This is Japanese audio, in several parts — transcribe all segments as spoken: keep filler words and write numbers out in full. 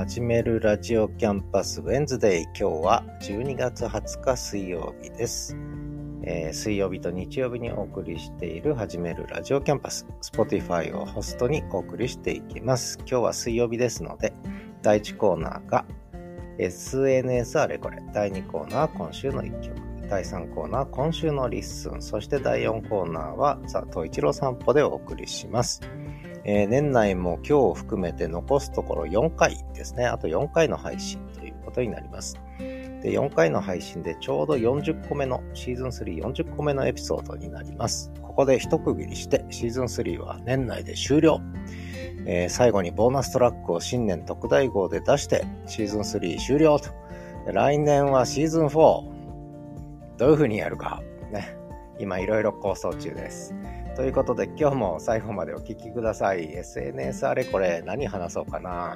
始めるラジオキャンパスウェンズデイ。今日はじゅうにがつはつか水曜日です、えー、水曜日と日曜日にお送りしている始めるラジオキャンパス Spotify をホストにお送りしていきます。今日は水曜日ですので、だいいちコーナーが エスエヌエス あれこれ、だいにコーナーは今週のいっきょく、だいさんコーナーは今週のリッスン、そしてだいよんコーナーは佐藤一郎散歩でお送りします。えー、年内も今日を含めて残すところよんかいですね。あとよんかいの配信ということになります。で、よんかいの配信でちょうどよんじゅっこめのシーズンスリーよんじゅっこめのエピソードになります。ここで一区切りしてシーズンスリーは年内で終了。えー、最後にボーナストラックを新年特大号で出してシーズンスリー終了と。来年はシーズンフォー。どういう風にやるかね。今いろいろ構想中です。ということで今日も最後までお聞きください。 エスエヌエス あれこれ何話そうかな。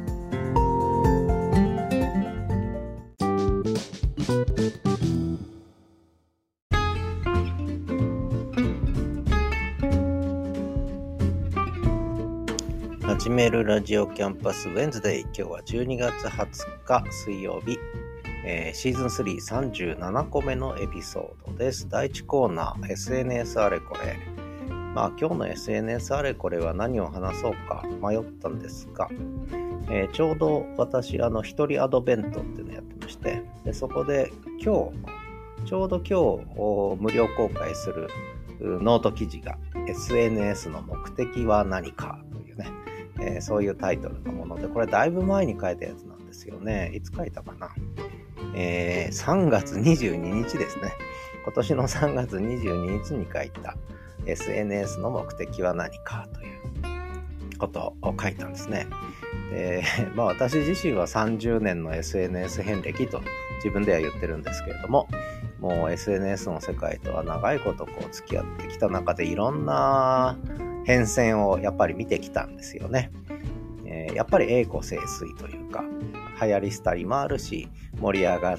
始めるラジオキャンパスウェンズデイ。今日はじゅうにがつはつか水曜日、えー、シーズンスリーさんじゅうななこめのエピソードです。だいいちコーナー エスエヌエス あれこれ。まあ今日の エスエヌエス あれこれは何を話そうか迷ったんですが、えー、ちょうど私あの一人アドベントっていうのをやってまして、でそこで今日ちょうど今日無料公開するノート記事が エスエヌエス の目的は何かというね、えー、そういうタイトルのもので、これだいぶ前に書いたやつなんですよね。いつ書いたかな、えー、さんがつにじゅうににちですね。今年のさんがつにじゅうににちに書いたエスエヌエス の目的は何かということを書いたんですね。で、まあ私自身はさんじゅうねんの エスエヌエス 遍歴と自分では言ってるんですけれども、もう エスエヌエス の世界とは長いことこう付き合ってきた中でいろんな変遷をやっぱり見てきたんですよね。えー、やっぱり栄枯盛衰というか、流行り廃りもあるし、盛り上がって、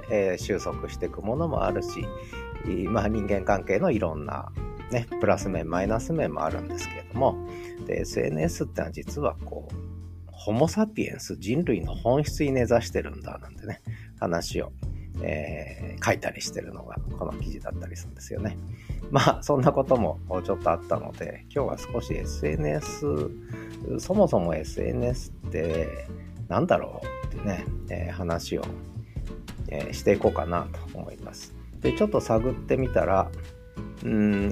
えー、収束していくものもあるし、まあ人間関係のいろんなね、プラス面マイナス面もあるんですけれども、で エスエヌエス ってのは実はこうホモサピエンス、人類の本質に根ざしてるんだなんてね、話を、えー、書いたりしてるのがこの記事だったりするんですよね。まあそんなこともちょっとあったので、今日は少し エスエヌエス、そもそも エスエヌエス ってなんだろうってね、えー、話を、えー、していこうかなと思います。でちょっと探ってみたら、うん、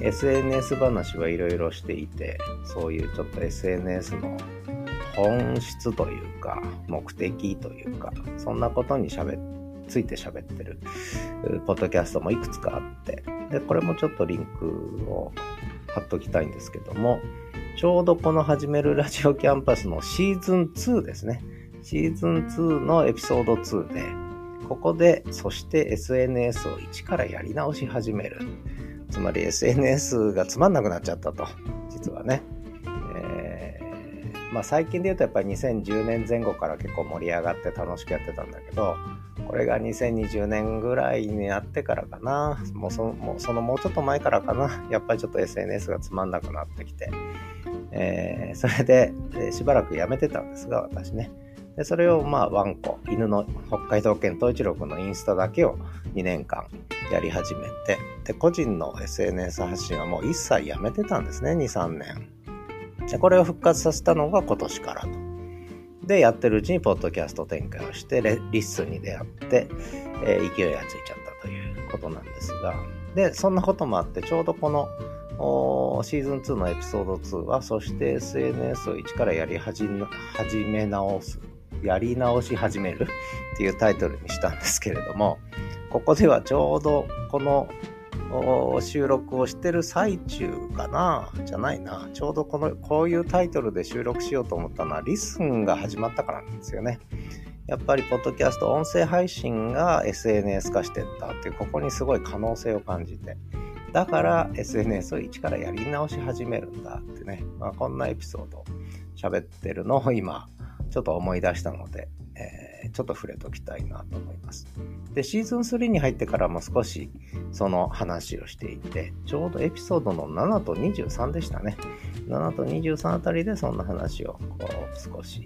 エスエヌエス 話はいろいろしていて、そういうちょっと エスエヌエス の本質というか目的というか、そんなことにしゃべついて喋ってるポッドキャストもいくつかあって、でこれもちょっとリンクを貼っときたいんですけども、ちょうどこの始めるラジオキャンパスのシーズンツーですね。シーズンツーのエピソードツーで、ここでそして エスエヌエス を一からやり直し始める。つまり エスエヌエス がつまんなくなっちゃったと、実はね。えー、まあ最近で言うとやっぱりにせんじゅうねんぜん後から結構盛り上がって楽しくやってたんだけど、これがにせんにじゅうねんぐらいになってからかな、もうその、もうそのもうちょっと前からかな、やっぱりちょっと エスエヌエス がつまんなくなってきて、えー、それで、えー、しばらくやめてたんですが、私ね。でそれをまあワンコ、犬の北海道犬東一郎くんのインスタだけをにねんかんやり始めて、で個人の エスエヌエス 発信はもう一切やめてたんですね、にさんねん。でこれを復活させたのが今年からと。でやってるうちにポッドキャスト展開をしてリッスンに出会って、えー、勢いがついちゃったということなんですが、でそんなこともあって、ちょうどこのシーズンツーのエピソードツーはそして エスエヌエス を一からやり始め、始め直すやり直し始めるっていうタイトルにしたんですけれども、ここではちょうどこの収録をしてる最中かな、じゃないな、ちょうどこのこういうタイトルで収録しようと思ったのはリスンが始まったからなんですよね。やっぱりポッドキャスト音声配信が エスエヌエス 化してったっていう、ここにすごい可能性を感じて、だから エスエヌエス を一からやり直し始めるんだってね、まあ、こんなエピソードを喋ってるのを今ちょっと思い出したので、えー、ちょっと触れときたいなと思います。でシーズンスリーに入ってからも少しその話をしていて、ちょうどエピソードのななとにじゅうさんでしたね。ななとにじゅうさんあたりでそんな話をこう少し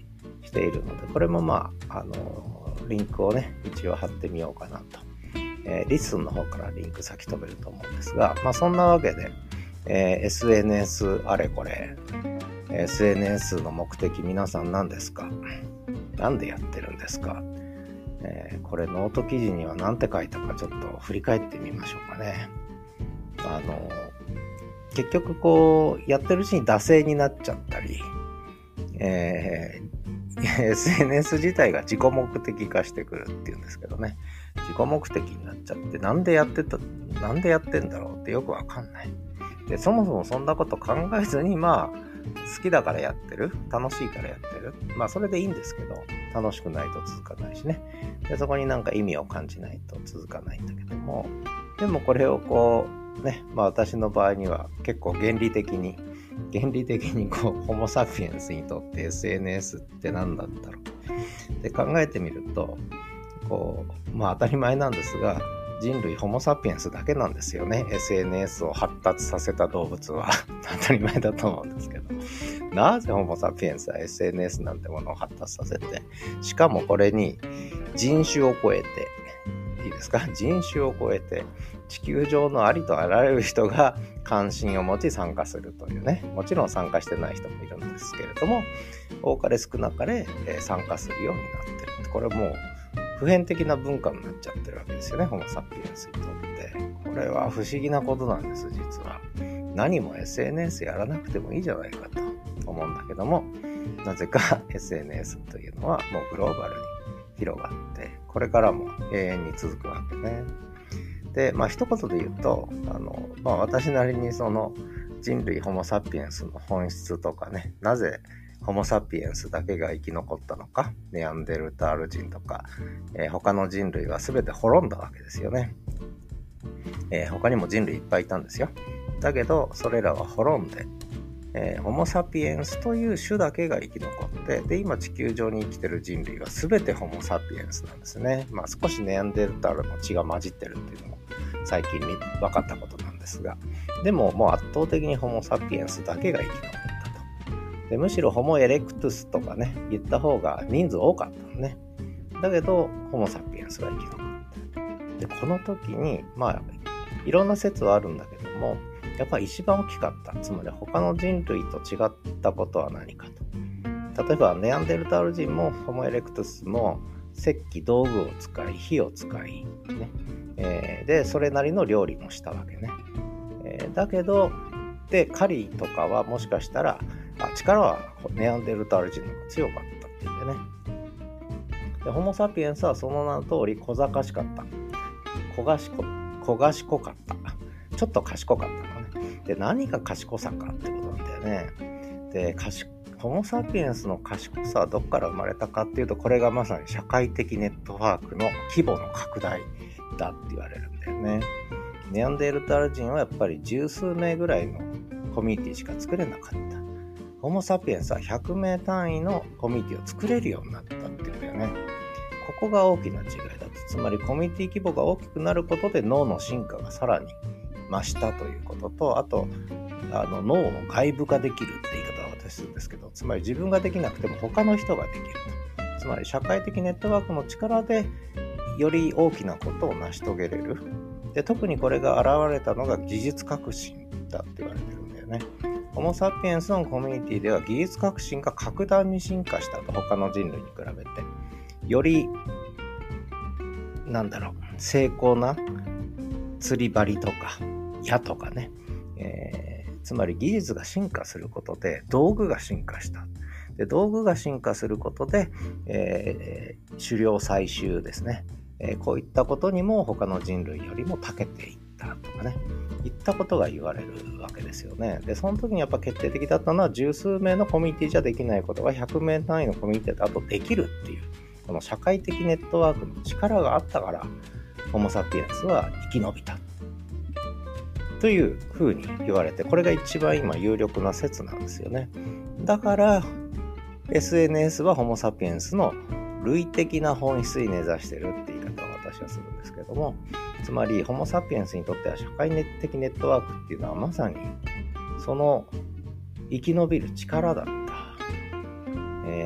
しているので、これもまあ、あのリンクをね一応貼ってみようかなと、えー、リスンの方からリンク先飛べると思うんですが、まあそんなわけで、えー、エスエヌエス あれこれ エスエヌエス の目的皆さん何ですか？なんでやってるんですか？えー、これノート記事には何て書いたかちょっと振り返ってみましょうかね。あの結局こうやってるうちに惰性になっちゃったり、えー、エスエヌエス 自体が自己目的化してくるっていうんですけどね、自己目的になっちゃって、なんでやってたなんでやってんだろうってよくわかんない。でそもそもそんなこと考えずに、まあ好きだからやってる、楽しいからやってる、まあそれでいいんですけど、楽しくないと続かないしね。でそこになんか意味を感じないと続かないんだけども、でもこれをこうね、まあ私の場合には結構原理的に原理的にこうホモサピエンスにとって エスエヌエス って何だったろうで考えてみると、こうまあ当たり前なんですが、人類ホモサピエンスだけなんですよね。 エスエヌエス を発達させた動物は当たり前だと思うんですけど、なぜホモサピエンスは エスエヌエス なんてものを発達させて、しかもこれに人種を超えて、いいですか、人種を超えて地球上のありとあらゆる人が関心を持ち参加するというね、もちろん参加してない人もいるんですけれども、多かれ少なかれ参加するようになってる。これもう普遍的な文化になっちゃってるわけですよね、ホモサピエンスにとって。これは不思議なことなんです、実は。何も エスエヌエス やらなくてもいいじゃないかと思うんだけども、なぜか エスエヌエス というのはもうグローバルに広がって、これからも永遠に続くわけね。で、まあ一言で言うと、あの、まあ私なりにその人類ホモサピエンスの本質とかね、なぜホモサピエンスだけが生き残ったのか、ネアンデルタール人とか、えー、他の人類は全て滅んだわけですよね。えー、他にも人類いっぱいいたんですよ。だけどそれらは滅んで、えー、ホモサピエンスという種だけが生き残って、で今地球上に生きてる人類は全てホモサピエンスなんですね。まあ少しネアンデルタールの血が混じってるっていうのも最近分かったことなんですが、でももう圧倒的にホモサピエンスだけが生き残ったと。でむしろホモエレクトゥスとかね言った方が人数多かったのね。だけどホモサピエンスが生き残った。でこの時にまあいろんな説はあるんだけども、やっぱり一番大きかった、つまり他の人類と違ったことは何かと。例えばネアンデルタール人もホモエレクトゥスも石器道具を使い火を使い、ねえー、でそれなりの料理もしたわけね、えー、だけどで狩りとかはもしかしたらあ力はネアンデルタール人の方が強かったっていうんでね。でホモサピエンスはその名の通り小賢しかった、小賢小賢かった、ちょっと賢かったのね。で何が賢さかってことなんだよね。で賢ホモサピエンスの賢さはどこから生まれたかっていうと、これがまさに社会的ネットワークの規模の拡大だって言われるんだよね。ネアンデルタール人はやっぱり十数名ぐらいのコミュニティしか作れなかった。ホモサピエンスはひゃくめい単位のコミュニティを作れるようになったっていうんだよね。ここが大きな違いだと。つまりコミュニティ規模が大きくなることで脳の進化がさらに増したということと、あとあの脳を外部化できるって言い方は私するんですけど、つまり自分ができなくても他の人ができると。つまり社会的ネットワークの力でより大きなことを成し遂げれる。で特にこれが現れたのが技術革新だって言われてるんだよね。ホモサピエンスのコミュニティでは技術革新が格段に進化したと。他の人類に比べてよりなんだろう精巧な釣り針とか矢とかね、えー、つまり技術が進化することで道具が進化した。で道具が進化することで、えー、狩猟採集ですね、えー、こういったことにも他の人類よりも長けていったとかね、いったことが言われるわけですよね。でその時にやっぱ決定的だったのは、十数名のコミュニティじゃできないことがひゃくめい単位のコミュニティだとできるっていう、この社会的ネットワークの力があったからホモサピエンスは生き延びたというふうに言われて、これが一番今有力な説なんですよね。だから エスエヌエス はホモサピエンスの類的な本質に根ざしてるって言い方を私はするんですけども、つまりホモサピエンスにとっては社会的ネットワークっていうのはまさにその生き延びる力だった、えー、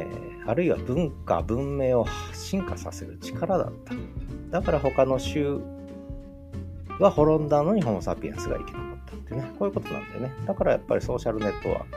あるいは文化文明を進化させる力だった。だから他の種は滅んだのにホモ・サピエンスが生き残ったってね、こういうことなんだよね。だからやっぱりソーシャルネットワー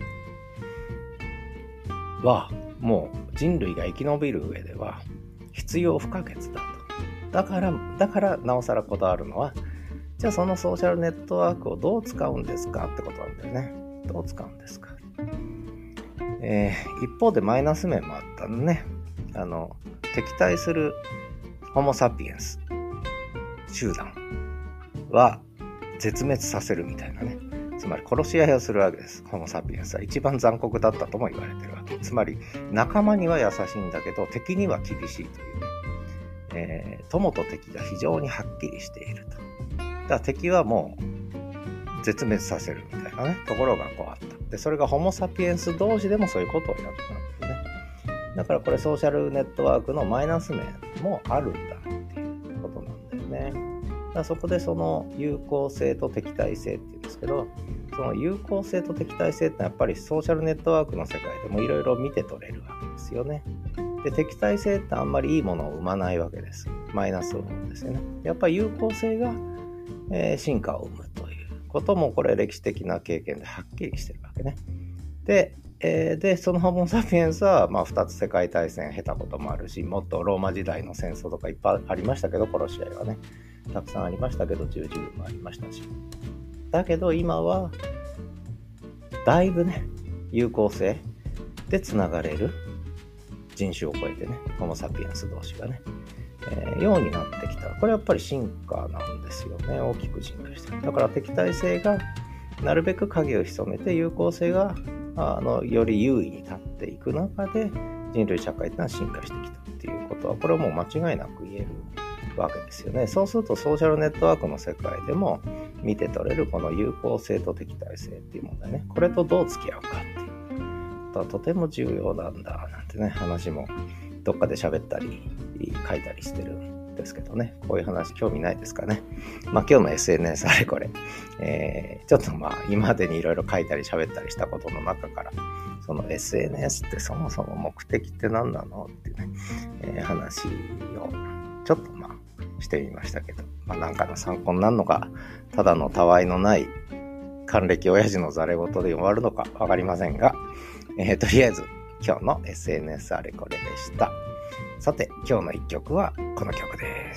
クはもう人類が生き延びる上では必要不可欠だと。だからだからなおさらこだわるのは、じゃあそのソーシャルネットワークをどう使うんですかってことなんだよね。どう使うんですか。えー、一方でマイナス面もあったのね。あの敵対するホモ・サピエンス集団は絶滅させるみたいなね。つまり殺し合いをするわけです。ホモ・サピエンスは一番残酷だったとも言われてるわけ。つまり仲間には優しいんだけど敵には厳しいというね、えー、友と敵が非常にはっきりしていると。だから敵はもう絶滅させるみたいなねところがこうあった。でそれがホモ・サピエンス同士でもそういうことをやったんですね。だからこれソーシャルネットワークのマイナス面もあるんだっていうことなんだよね。だからそこでその有効性と敵対性っていうんですけど、その有効性と敵対性ってやっぱりソーシャルネットワークの世界でもいろいろ見て取れるわけですよね。で敵対性ってあんまりいいものを生まないわけです。マイナスを生むんですよね。やっぱり有効性が、えー、進化を生むということもこれ歴史的な経験ではっきりしてるわけね。で、えー、でそのホモ・サピエンスは、まあ、ふたつ世界大戦経たこともあるし、もっとローマ時代の戦争とかいっぱいありましたけど、殺し合いはねたくさんありましたけど、十字軍もありましたし、だけど今はだいぶね有効性でつながれる、人種を超えてねホモ・サピエンス同士がね、えー、ようになってきた。これやっぱり進化なんですよね。大きく進化してる。だから敵対性がなるべく影を潜めて、有効性があのより優位に立っていく中で人類社会ってのは進化してきたっていうことは、これはもう間違いなく言えるわけですよね。そうするとソーシャルネットワークの世界でも見て取れるこの有効性と敵対性っていう問題ね、これとどう付き合うかっていうことはとても重要なんだなんてね話もどっかで喋ったり書いたりしてるんですけどね。こういう話興味ないですかね。まあ今日の エスエヌエス あれこれ、えー、ちょっとまあ今までにいろいろ書いたり喋ったりしたことの中から、その エスエヌエス ってそもそも目的って何なのっていうね、えー、話をちょっとまあしてみましたけど、まあなんかの参考になるのか、ただのたわいのない還暦親父のざれ言で終わるのかわかりませんが、えー、とりあえず今日の エスエヌエス あれこれでした。さて今日の一曲はこの曲です。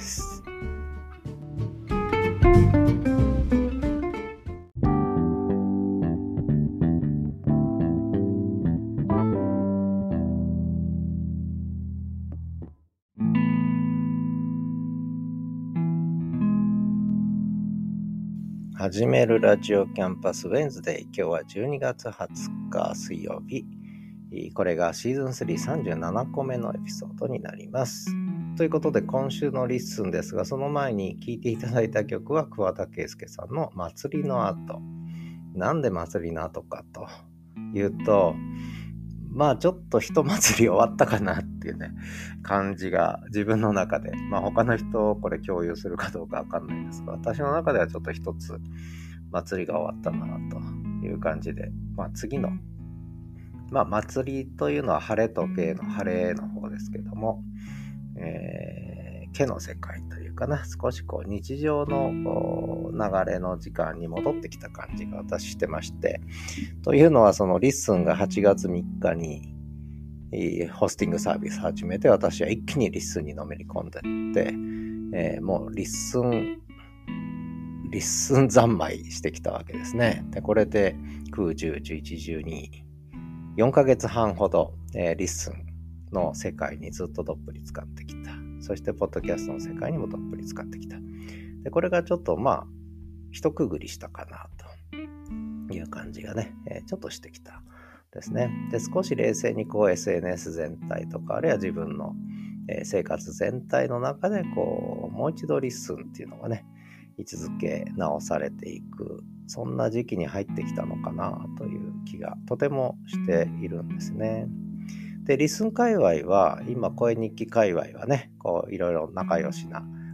始めるラジオキャンパスウェンズデイ。今日はじゅうにがつはつか水曜日。これがシーズンスリーさんじゅうななこめのエピソードになります。ということで今週のリッスンですが、その前に聴いていただいた曲は桑田佳祐さんの祭りの後。なんで祭りの後かというと、まあちょっと一祭り終わったかなっていうね感じが自分の中で、まあ他の人これ共有するかどうかわかんないですが、私の中ではちょっと一つ祭りが終わったなという感じで、まあ次のまあ祭りというのは晴れと慶の晴れの方ですけども、えー、慶の世界というかな、少しこう日常の流れの時間に戻ってきた感じが私してまして、というのはそのリッスンがはちがつみっかにホスティングサービス始めて、私は一気にリッスンにのめり込んでって、えー、もうリッスンリッスン三昧してきたわけですね。でこれできゅう、じゅう、じゅういち、じゅうに、よんかげつはんほど、えー、リッスンの世界にずっとどっぷり使ってきた。そしてポッドキャストの世界にもどっぷり使ってきた。でこれがちょっとまあ一区切りしたかなという感じがね、えー、ちょっとしてきたですね。で少し冷静にこう エスエヌエス 全体とか、あるいは自分の、えー、生活全体の中でこうもう一度リッスンっていうのがね位置づけ直されていく、そんな時期に入ってきたのかなという気がとてもしているんですね。でリッスン界隈は今声日記界隈はねこういろいろ仲良しな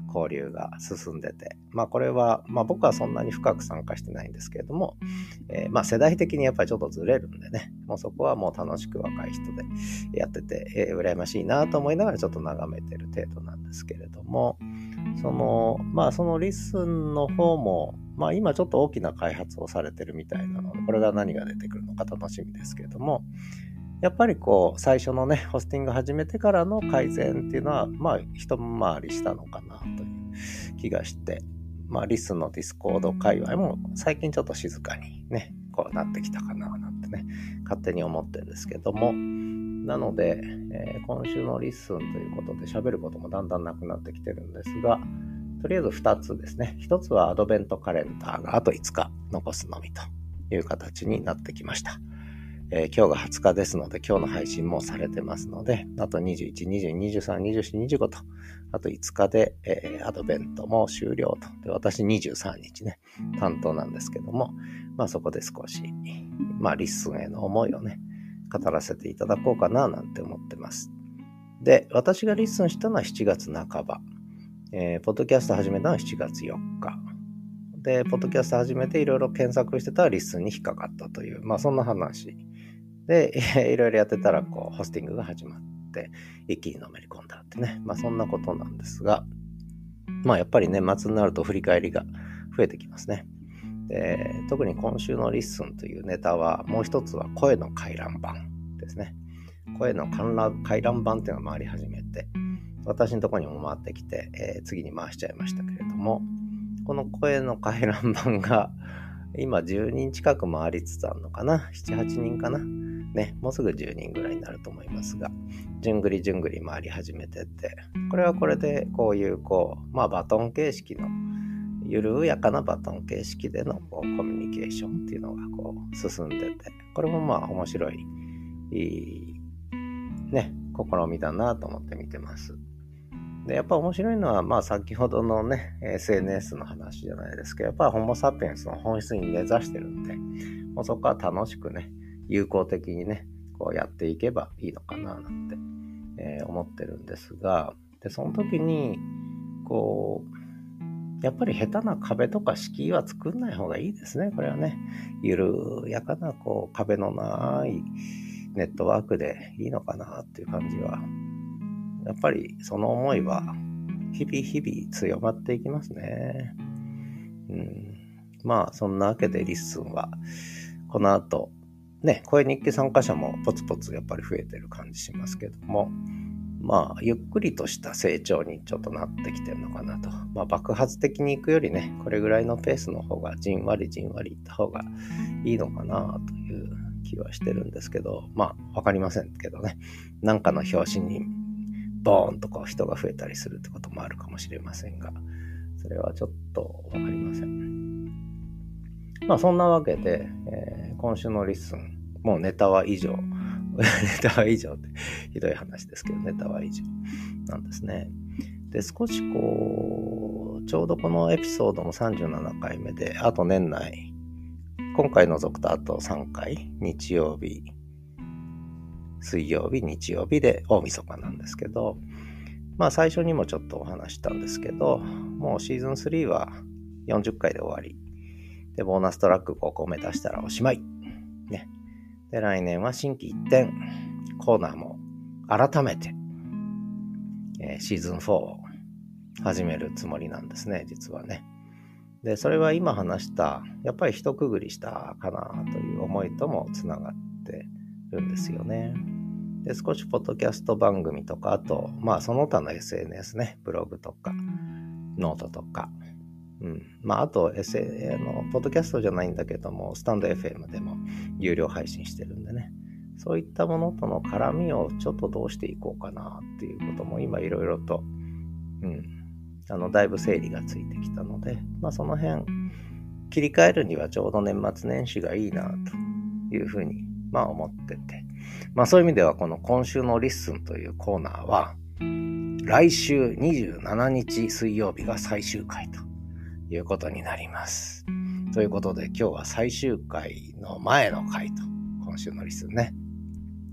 交流が進んでて、まあこれは、まあ僕はそんなに深く参加してないんですけれども、えー、まあ世代的にやっぱりちょっとずれるんでね、もうそこはもう楽しく若い人でやってて、えー、羨ましいなと思いながらちょっと眺めてる程度なんですけれども、その、まあそのリッスンの方も、まあ今ちょっと大きな開発をされてるみたいなので、これが何が出てくるのか楽しみですけれども、やっぱりこう最初のねホスティング始めてからの改善っていうのはまあ一回りしたのかなという気がして、まあリスのディスコード界隈も最近ちょっと静かにねこうなってきたかななんてね勝手に思ってるんですけども、なので、えー、今週のリッスンということで喋ることもだんだんなくなってきてるんですが、とりあえずふたつですね。ひとつはアドベントカレンダーがあといつか残すのみという形になってきました。えー、今日がはつかですので、今日の配信もされてますので、あとにじゅういち、にじゅうに、にじゅうさん、にじゅうよん、にじゅうごと、あといつかで、えー、アドベントも終了と。で、私にじゅうさんにちね、担当なんですけども、まあそこで少し、まあリッスンへの思いをね、語らせていただこうかななんて思ってます。で、私がリッスンしたのはしちがつなかば、えー、ポッドキャスト始めたのはしちがつよっか。で、ポッドキャスト始めていろいろ検索してたらリッスンに引っかかったという、まあそんな話。で、いろいろやってたら、こう、ホスティングが始まって、一気にのめり込んだってね。まあ、そんなことなんですが、まあ、やっぱり年末になると振り返りが増えてきますね。で、特に今週のリッスンというネタは、もう一つは声の回覧板ですね。声の回覧板っていうのが回り始めて、私のところにも回ってきて、えー、次に回しちゃいましたけれども、この声の回覧板が、今じゅうにん近く回りつつあるのかな、なな、はちにんかな。ね、もうすぐじゅうにんぐらいになると思いますが、じゅんぐりじゅんぐり回り始めてって、これはこれでこういうこう、まあバトン形式の、緩やかなバトン形式でのこうコミュニケーションっていうのがこう進んでて、これもまあ面白い、いいね、試みだなと思って見てます。で、やっぱ面白いのは、まあ先ほどのね、エスエヌエス の話じゃないですけど、やっぱホモサピエンスの本質に根ざしてるんで、もうそこは楽しくね、有効的にね、こうやっていけばいいのかななんて、えー、思ってるんですが、で、その時に、こう、やっぱり下手な壁とか敷居は作んない方がいいですね、これはね。緩やかな、こう、壁のないネットワークでいいのかなっていう感じは、やっぱりその思いは、日々日々強まっていきますね。うん、まあ、そんなわけでリッスンは、この後、ね、声日記参加者もポツポツやっぱり増えてる感じしますけども、まあゆっくりとした成長にちょっとなってきてるのかなと。まあ爆発的に行くよりね、これぐらいのペースの方がじんわりじんわりいった方がいいのかなという気はしてるんですけど、まあわかりませんけどね、なんかの表紙にボーンとこう人が増えたりするってこともあるかもしれませんが、それはちょっとわかりません。まあそんなわけで、えー、今週のリッスン、もうネタは以上、ネタは以上ってひどい話ですけど、ネタは以上なんですね。で、少しこう、ちょうどこのエピソードもさんじゅうななかいめで、あと年内、今回除くとあとさんかい、日曜日、水曜日、日曜日で大晦日なんですけど、まあ最初にもちょっとお話したんですけど、もうシーズンスリーはよんじゅっかいで終わり。で、ボーナストラックごこめ出したらおしまい。ね。で、来年は新規一転、コーナーも改めて、えー、シーズンフォーを始めるつもりなんですね、実はね。で、それは今話した、やっぱり一区切りしたかなという思いともつながってるんですよね。で、少しポッドキャスト番組とか、あと、まあその他の エスエヌエス ね、ブログとか、ノートとか、うん。まあ、あと、エスエヌ、あの、ポッドキャストじゃないんだけども、スタンド エフエム でも有料配信してるんでね。そういったものとの絡みをちょっとどうしていこうかなっていうことも今いろいろと、うん。あの、だいぶ整理がついてきたので、まあ、その辺、切り替えるにはちょうど年末年始がいいなというふうに、まあ、思ってて。まあ、そういう意味では、この今週のリッスンというコーナーは、来週にじゅうしちにち水曜日が最終回ということになります。ということで今日は最終回の前の回と、今週のリスンね。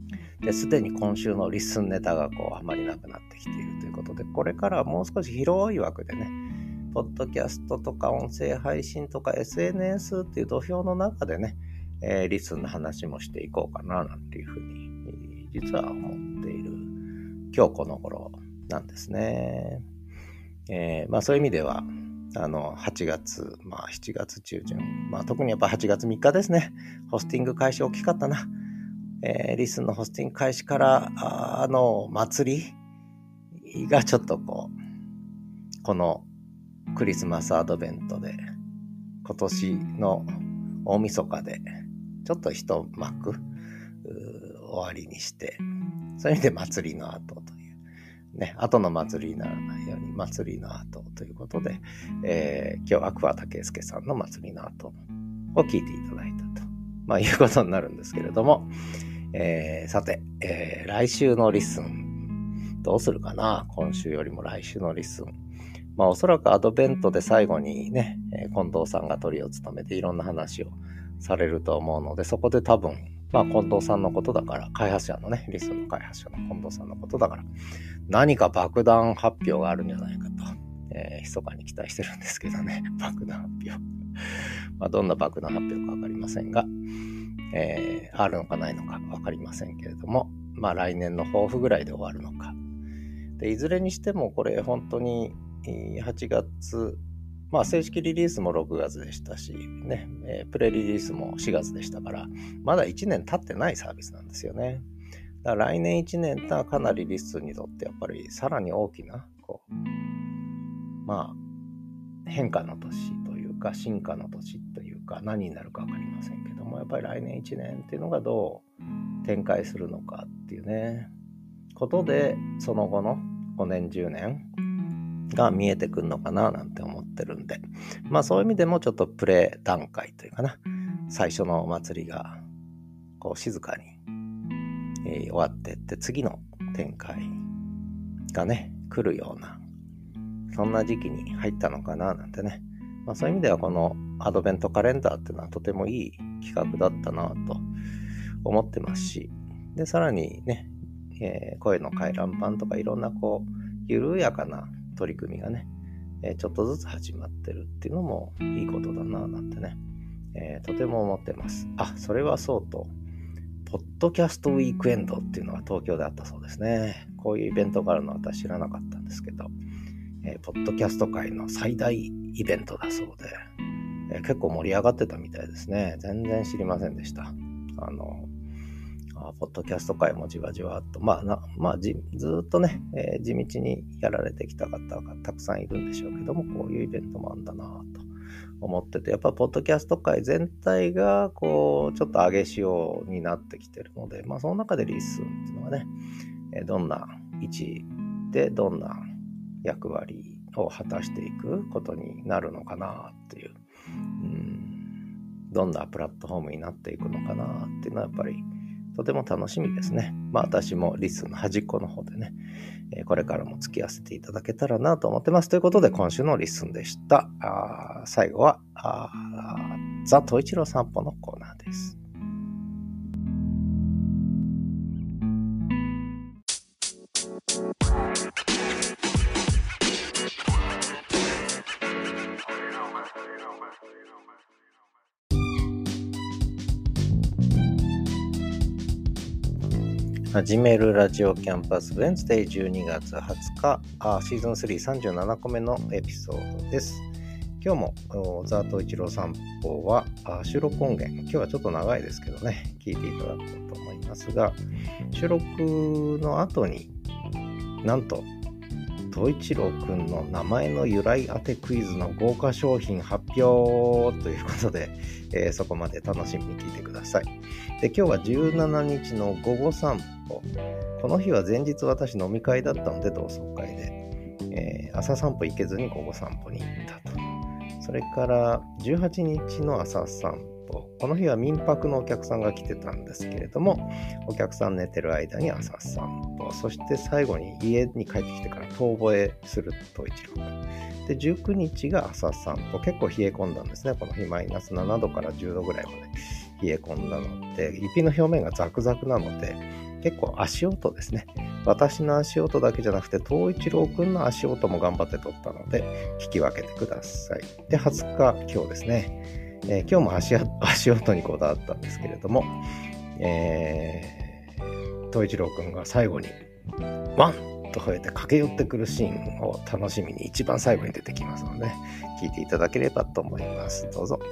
ですでに今週のリッスンネタがこうあまりなくなってきているということで、これからはもう少し広い枠でね、ポッドキャストとか音声配信とか エスエヌエス っていう土俵の中でね、えー、リッスンの話もしていこうかななんていうふうに実は思っている今日この頃なんですね。えー、まあそういう意味ではあのはちがつ、まあしちがつ中旬、まあ特にやっぱはちがつみっかですね。ホスティング開始大きかったな。えー、リッスンのホスティング開始からあ、あの祭りがちょっとこうこのクリスマスアドベントで今年の大晦日でちょっと一幕終わりにして、そういう意味で祭りの後というね、後の祭りにならないように祭りの後ということで、えー、今日は桑田佳祐さんの祭りの後を聞いていただいたと、まあ、いうことになるんですけれども、えー、さて、えー、来週のリッスンどうするかな。今週よりも来週のリッスン、まあおそらくアドベントで最後にね、近藤さんがトリを務めていろんな話をされると思うので、そこで多分まあ近藤さんのことだから、開発者のね、リスンの開発者の近藤さんのことだから、何か爆弾発表があるんじゃないかと、えー、密かに期待してるんですけどね、爆弾発表。まあどんな爆弾発表かわかりませんが、えー、あるのかないのかわかりませんけれども、まあ来年の抱負ぐらいで終わるのか。で、いずれにしてもこれ本当にはちがつ、まあ正式リリースもろくがつでしたし、ね、えー、プレリリースもしがつでしたから、まだいちねん経ってないサービスなんですよね。だから来年いちねんはかなりリスンにとってやっぱりさらに大きな、こう、まあ変化の年というか進化の年というか何になるかわかりませんけども、やっぱり来年いちねんっていうのがどう展開するのかっていうね、ことでその後のごねんじゅうねんが見えてくるのかななんて思ってるんで、まあそういう意味でもちょっとプレ段階というかな、最初のお祭りがこう静かに、えー、終わってって次の展開がね来るような、そんな時期に入ったのかななんてね、まあそういう意味ではこのアドベントカレンダーっていうのはとてもいい企画だったなと思ってますし、でさらにね、えー、声の回覧板とかいろんなこう緩やかな取り組みがね、えー、ちょっとずつ始まってるっていうのもいいことだななんてね、えー、とても思ってます。あ、それはそうと、ポッドキャストウィークエンドっていうのが東京であったそうですね。こういうイベントがあるのは私知らなかったんですけど、えー、ポッドキャスト界の最大イベントだそうで、えー、結構盛り上がってたみたいですね。全然知りませんでした。あのあポッドキャスト界もじわじわっと、まあな、まあ、じずっとね、えー、地道にやられてきた方がたくさんいるんでしょうけども、こういうイベントもあるんだなと思ってて、やっぱポッドキャスト界全体がこうちょっと上げ潮になってきてるので、まあその中でリッスンっていうのがね、えー、どんな位置でどんな役割を果たしていくことになるのかなっていう、うん、どんなプラットフォームになっていくのかなっていうのはやっぱりとても楽しみですね。まあ私もリスンの端っこの方でね、えー、これからも付き合わせていただけたらなと思ってます。ということで今週のリスンでした。あ最後はあザ・トイチロー散歩のコーナーです。始めるラジオキャンパスウェンズデーじゅうにがつはつか、あシーズンスリーさんじゅうななこめのエピソードです。今日もザ・トイチロー散歩は収録音源、今日はちょっと長いですけどね、聞いていただこうと思いますが、収録の後になんとトイチローくんの名前の由来当てクイズの豪華商品発表ということで、えー、そこまで楽しみに聞いてください。で、今日はじゅうしちにちの午後散歩。この日は前日私飲み会だったので同窓会で、えー、朝散歩行けずに午後散歩に行ったと。それからじゅうはちにちの朝散歩。この日は民泊のお客さんが来てたんですけれども、お客さん寝てる間に朝散歩。そして最後に家に帰ってきてから遠吠えすると一郎君。で、じゅうくにちが朝散歩。結構冷え込んだんですね。この日マイナスななどからじゅうどぐらいまで冷え込んだので、雪の表面がザクザクなので、 結構足音ですね。私の足音だけじゃなくて、東一郎くんの足音も頑張って撮ったので、聞き分けてください。で、はつか、今日ですね。えー、今日も 足, 足音にこだわったんですけれども、えー、東一郎くんが最後に、ワンと吠えて駆け寄ってくるシーンを楽しみに一番最後に出てきますので、聞いていただければと思います。どうぞ。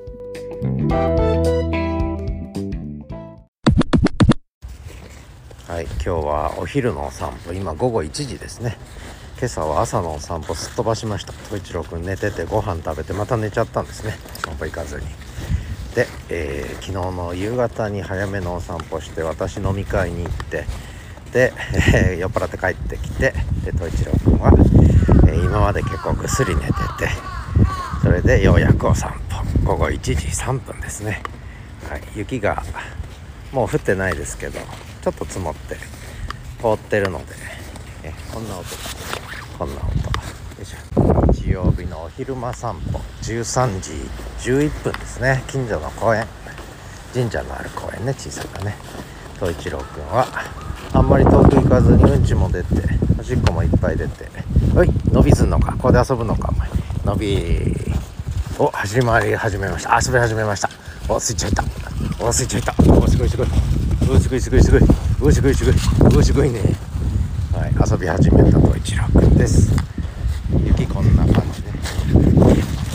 はい、今日はお昼のお散歩、今ごごいちじですね。今朝は朝のお散歩すっ飛ばしました。東一郎くん寝ててご飯食べてまた寝ちゃったんですね。散歩行かずに。で、えー、昨日の夕方に早めのお散歩して私飲み会に行って、で、えー、酔っ払って帰ってきて、で東一郎くんは、えー、今まで結構ぐっすり寝てて、それでようやくお散歩ごごいちじさんぷんですね。はい、雪がもう降ってないですけどちょっと積もって凍ってるので、えこんな音こんな音よいしょ。日曜日のお昼間散歩じゅうさんじじゅういっぷんですね。近所の公園、神社のある公園ね、小さなね。東一郎くんはあんまり遠く行かずにうんちも出ておしっこもいっぱい出て、おい伸びすんのか、ここで遊ぶのか、お前伸びお走り回り始めました。遊び始めました。おスイッチ入った、おスイッチ入った、おすごいすごい、おすごいすごいすごい、おすごいすごい、おすごいね。はい、遊び始めた東一郎くんです。雪こんな感じね。お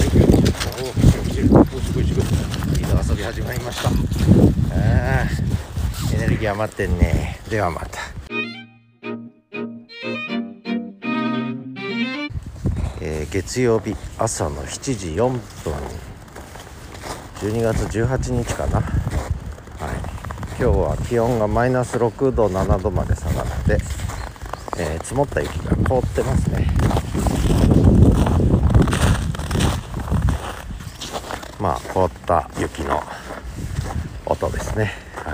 おすごいすごい、いいの遊び始まりました。あエネルギー余ってんね。ではまた。えー、月曜日朝のしちじよんぷん、じゅうにがつじゅうはちにちかな。はい、今日は気温がマイナスろくどななどまで下がって、えー、積もった雪が凍ってますね。まあ凍った雪の音ですね。はい、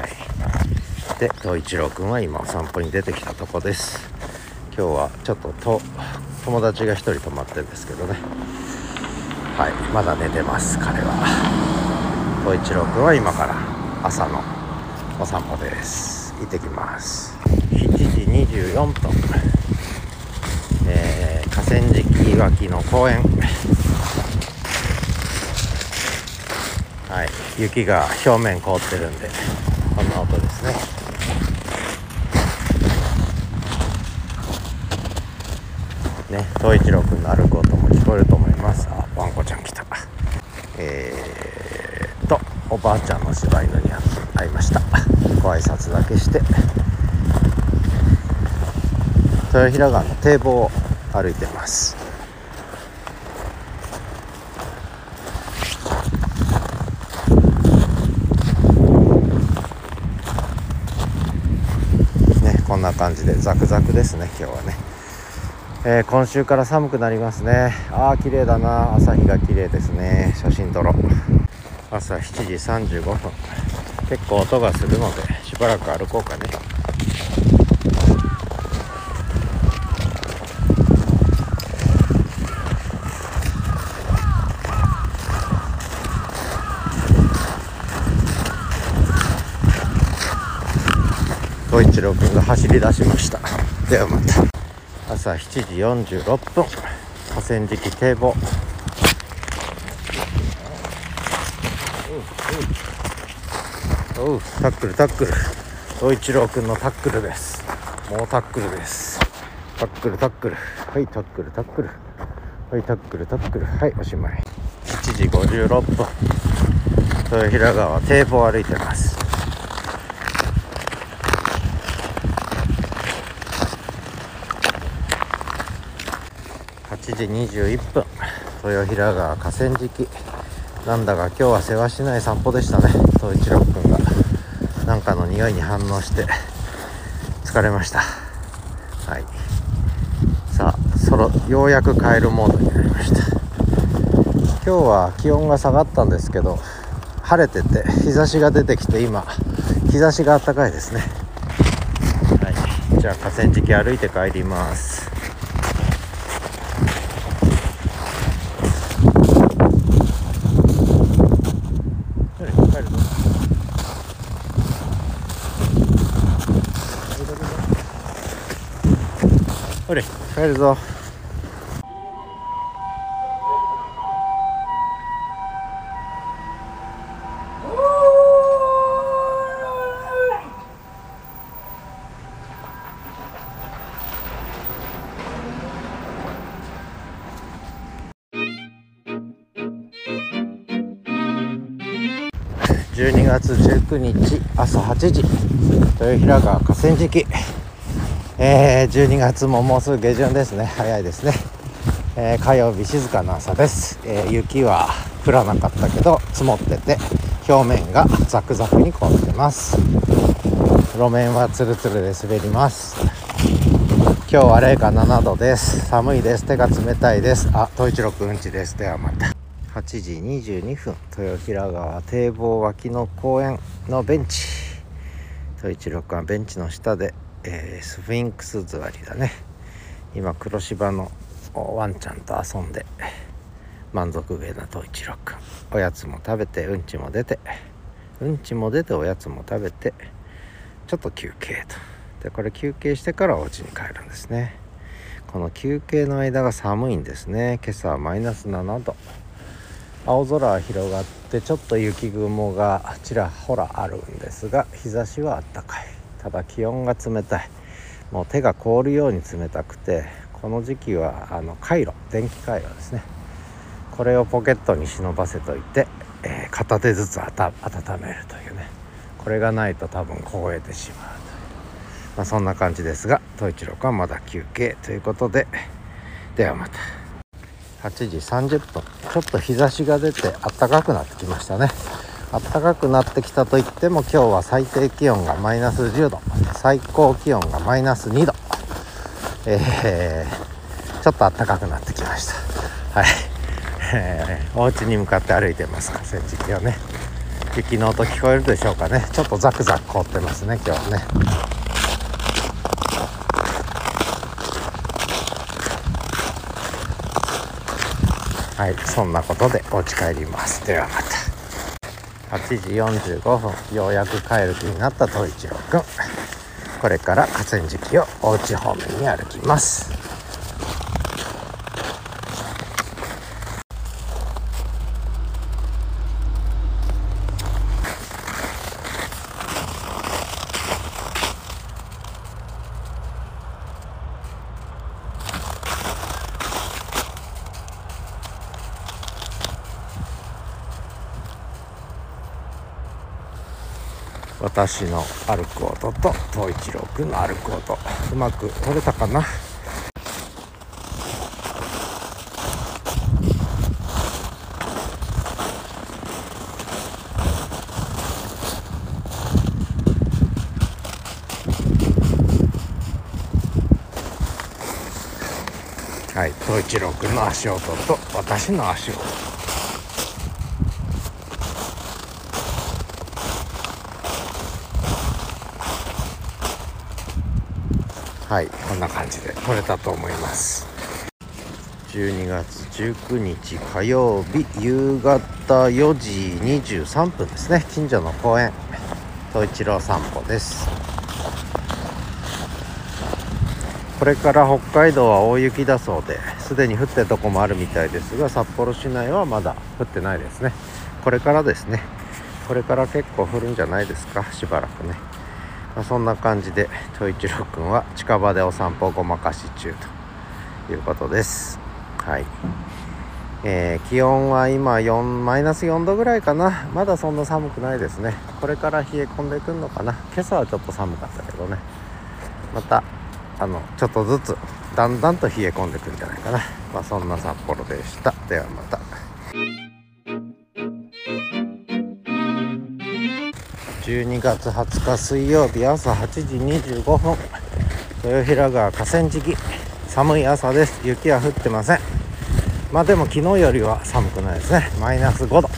で東一郎くんは今お散歩に出てきたとこです。今日はちょっとと友達が一人泊まってるんですけどね。はい、まだ寝てます彼は。東一郎くんは今から朝のお散歩です。行ってきます。しちじにじゅうよんぷん、えー、河川敷脇の公園。はい、雪が表面凍ってるんでこんな音ですね。ね、東一郎くんの歩く音も聞こえると思います。あ、ワンコちゃん来た。えーっとおばあちゃんの柴犬に会いました。ご挨拶だけして豊平川の堤防を歩いてます。ね、こんな感じでザクザクですね今日はね。えー、今週から寒くなりますね。あー綺麗だな、朝日が綺麗ですね。写真撮ろう。朝しちじさんじゅうごふん、結構音がするのでしばらく歩こうかね。東一郎くんが走り出しました。ではまた。朝しちじよんじゅうろっぷん、河川敷堤防。おうタックルタックル、東一郎くんのタックルです。もうタックルです。タックルタックル、はいタックルタックル、はいタックルタックル、はいおしまい。しちじごじゅうろっぷん、豊平川堤防を歩いてます。はちじにじゅういっぷん、豊平川河川敷。なんだか今日は世話しない散歩でしたね。東一郎くんがなんかの匂いに反応して疲れました。はい、さあそろようやく帰るモードになりました。今日は気温が下がったんですけど晴れてて日差しが出てきて、今日差しが暖かいですね。はい、じゃあ河川敷歩いて帰ります。 ほれ帰るぞ。じゅうにがつじゅうくにち朝はちじ、豊平川河川敷、えー、じゅうにがつももうすぐ下旬ですね。早いですね。えー、火曜日静かな朝です。えー、雪は降らなかったけど積もってて表面がザクザクに凍ってます。路面はツルツルで滑ります。今日は零下ななどです。寒いです。手が冷たいです。あ、東一郎くんちです。ではまた。はちじにじゅうにふん、豊平川堤防脇の公園のベンチ。東一郎くんはベンチの下で、えー、スフィンクス座りだね。今黒芝のワンちゃんと遊んで満足げな東一郎くん。おやつも食べてうんちも出てうんちも出ておやつも食べてちょっと休憩と。でこれ休憩してからお家に帰るんですね。この休憩の間が寒いんですね。今朝はマイナスななど、青空は広がってちょっと雪雲がちらほらあるんですが、日差しはあったかい。ただ気温が冷たい。もう手が凍るように冷たくて、この時期はあのカイロ、電気カイロですね、これをポケットに忍ばせといて、えー、片手ずつあた温めるというね。これがないと多分凍えてしまうという、まあ、そんな感じですが、東一郎くんはまだ休憩ということで、ではまた。はちじさんじゅっぷん、ちょっと日差しが出て暖かくなってきましたね。暖かくなってきたといっても、今日は最低気温がマイナスじゅうど、最高気温がマイナスにど、えー、ちょっと暖かくなってきました。はい、えー、お家に向かって歩いてます河川敷をね。雪の音聞こえるでしょうかね。ちょっとザクザク凍ってますね今日はね。はい、そんなことでお家帰ります。ではまた。はちじよんじゅうごふん、ようやく帰る気になった東一郎くん。これから河川敷をお家方面に歩きます。私の歩く音と東一郎くんの歩く音、うまく取れたかな。はい、東一郎くんの足音と私の足音。はい、こんな感じで撮れたと思います。じゅうにがつじゅうくにち火曜日、夕方よじにじゅうさんぷんですね。近所の公園、東一郎散歩です。これから北海道は大雪だそうで、すでに降ってるとこもあるみたいですが、札幌市内はまだ降ってないですね。これからですね。これから結構降るんじゃないですか、しばらくね。まあ、そんな感じで東一郎くんは近場でお散歩をごまかし中ということです。はい、えー、気温は今よんマイナスよんどぐらいかな。まだそんな寒くないですね。これから冷え込んでくるのかな。今朝はちょっと寒かったけどね、またあのちょっとずつだんだんと冷え込んでくるんじゃないかな。まあそんな札幌でした。ではまた。じゅうにがつはつか水曜日、朝はちじにじゅうごふん、豊平川河川敷、寒い朝です。雪は降ってません。まあでも昨日よりは寒くないですね。マイナスごど。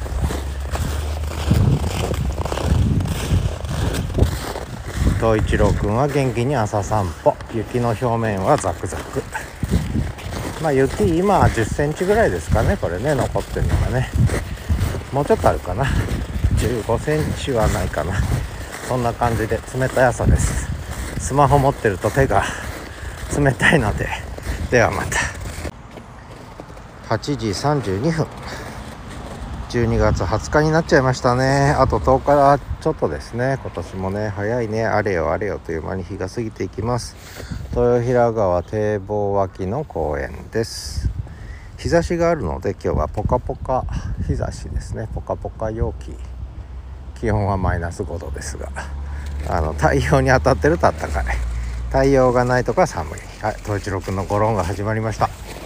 東一郎くんは元気に朝散歩。雪の表面はザクザク。まあ雪今じゅっセンチぐらいですかね。これね、残ってるのがね、もうちょっとあるかな。じゅうごセンチはないかな。そんな感じで冷たい朝です。スマホ持ってると手が冷たいので。ではまた。はちじさんじゅうにふん、じゅうにがつはつかになっちゃいましたね。あととおかちょっとですね。今年もね早いね。あれよあれよという間に日が過ぎていきます。豊平川堤防脇の公園です。日差しがあるので今日はポカポカ日差しですね。ポカポカ陽気。気温はマイナスごどですが、あの太陽に当たってるとあったかい。太陽がないとか寒い。はい、東一郎くんのゴロンが始まりました。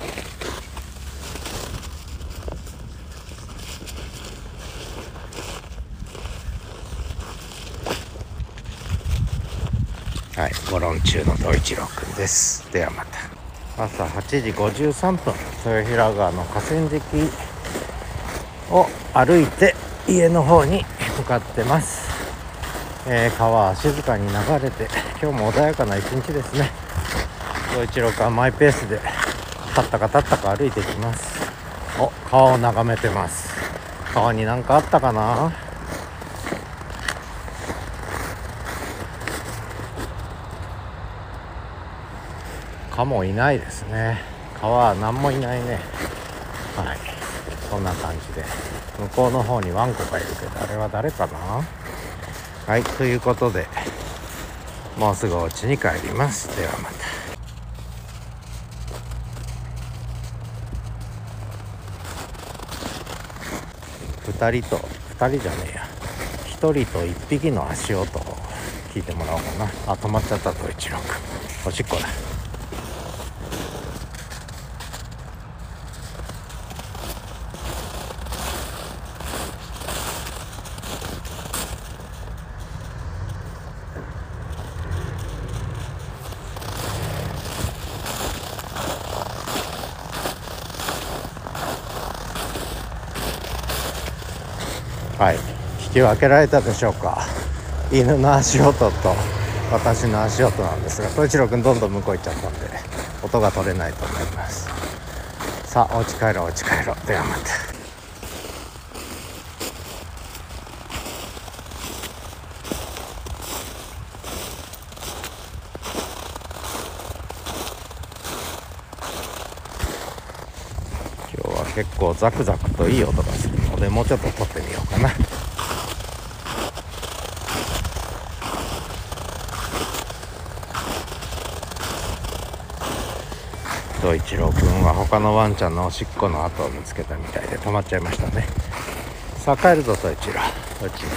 はい、ゴロン中の東一郎くんです。ではまた。朝はちじごじゅうさんぷん、豊平川の河川敷を歩いて家の方に向かってます。えー、川は静かに流れて、今日も穏やかな一日ですね。東一郎くんはマイペースでたったかたったか歩いていきます。お、川を眺めてます。川に何かあったかな。蚊もいないですね。川は何もいないね。はい、そんな感じで向こうの方にワンコがいるけど、あれは誰かな。はい、ということでもうすぐお家に帰ります。ではまた。二人と二人じゃねえや一人と一匹の足音を聞いてもらおうかな。あ、止まっちゃった。東一郎くんおしっこだ。はい、聞き分けられたでしょうか。犬の足音と私の足音なんですが、東一郎くんどんどん向こう行っちゃったんで音が取れないと思います。さあお家帰ろうお家帰ろう。ではまた。今日は結構ザクザクといい音がするので、もうちょっと撮ってみようかな。東一郎くんは他のワンちゃんのおしっこの跡を見つけたみたいで止まっちゃいましたね。さあ帰るぞ東一郎。東一郎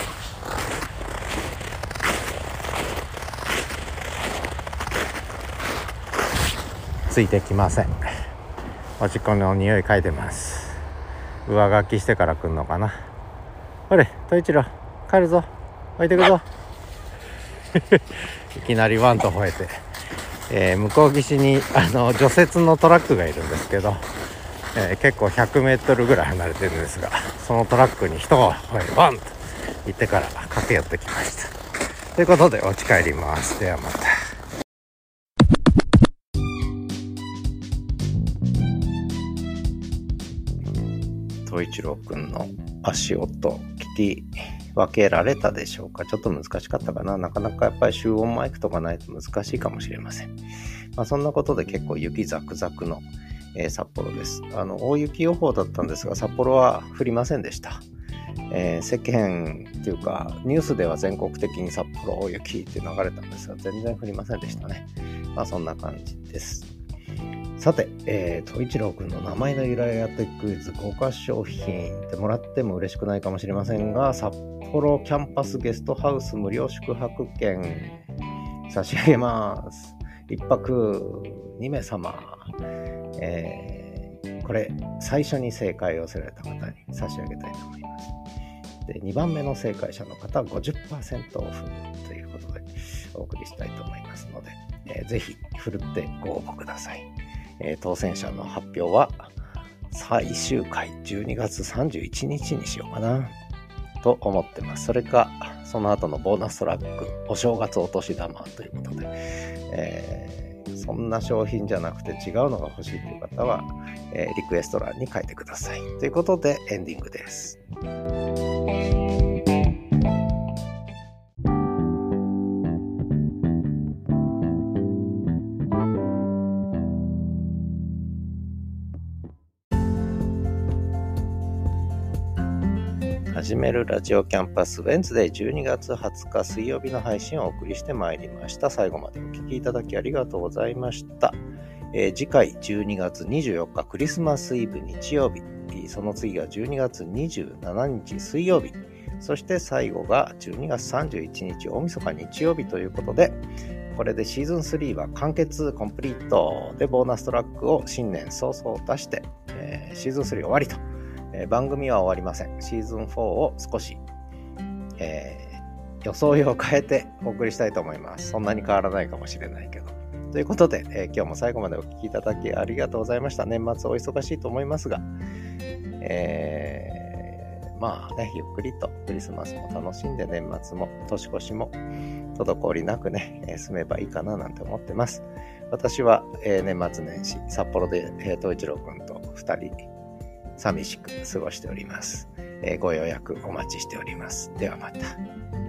ついてきません。おしっこの匂い嗅いでます。上書きしてから来んのかな。ほれ東一郎帰るぞ、置いてくぞいきなりワンと吠えて、えー、向こう岸にあの除雪のトラックがいるんですけど、えー、結構ひゃくメートルぐらい離れてるんですが、そのトラックに一声ワンと言ってから駆け寄ってきました。ということでお家帰ります。ではまた。東一郎くんの足音聞き分けられたでしょうか。ちょっと難しかったかな。なかなかやっぱり集音マイクとかないと難しいかもしれません。まあ、そんなことで結構雪ザクザクの、えー、札幌です。あの大雪予報だったんですが、札幌は降りませんでした。えー、世間っていうかニュースでは全国的に札幌大雪って流れたんですが、全然降りませんでしたね。まあそんな感じです。さて、えー、東一郎くんの名前の由来当てクイズ豪華商品ってもらっても嬉しくないかもしれませんが、札幌キャンパスゲストハウス無料宿泊券差し上げます。一泊にめい様、えー、これ最初に正解を寄せられた方に差し上げたいと思います。で、にばんめの正解者の方は ごじゅっパーセント オフということでお送りしたいと思いますので、えー、ぜひふるってご応募ください。えー、当選者の発表は最終回じゅうにがつさんじゅういちにちにしようかなと思ってます。それかその後のボーナストラックお正月お年玉ということで、えー、そんな商品じゃなくて違うのが欲しいという方は、えー、リクエスト欄に書いてくださいということでエンディングです。 始めるラジオキャンパスウェンズデーじゅうにがつはつか水曜日の配信をお送りしてまいりました。最後までお聞きいただきありがとうございました。えー、次回じゅうにがつにじゅうよっかクリスマスイブ日曜日、その次がじゅうにがつにじゅうしちにち水曜日、そして最後がじゅうにがつさんじゅういちにち大晦日日曜日ということで、これでシーズンスリーは完結コンプリートでボーナストラックを新年早々出して、えー、シーズンスリー終わりと、えー、番組は終わりません。シーズンフォーを少し、えー、装いを変えてお送りしたいと思います。そんなに変わらないかもしれないけど。ということで、えー、今日も最後までお聞きいただきありがとうございました。年末お忙しいと思いますが、えーまあね、ゆっくりとクリスマスも楽しんで年末も年越しも滞りなくね、えー、済めばいいかななんて思ってます。私は、えー、年末年始札幌で東一郎くんとふたり寂しく過ごしております。えー、ご予約お待ちしております。ではまた。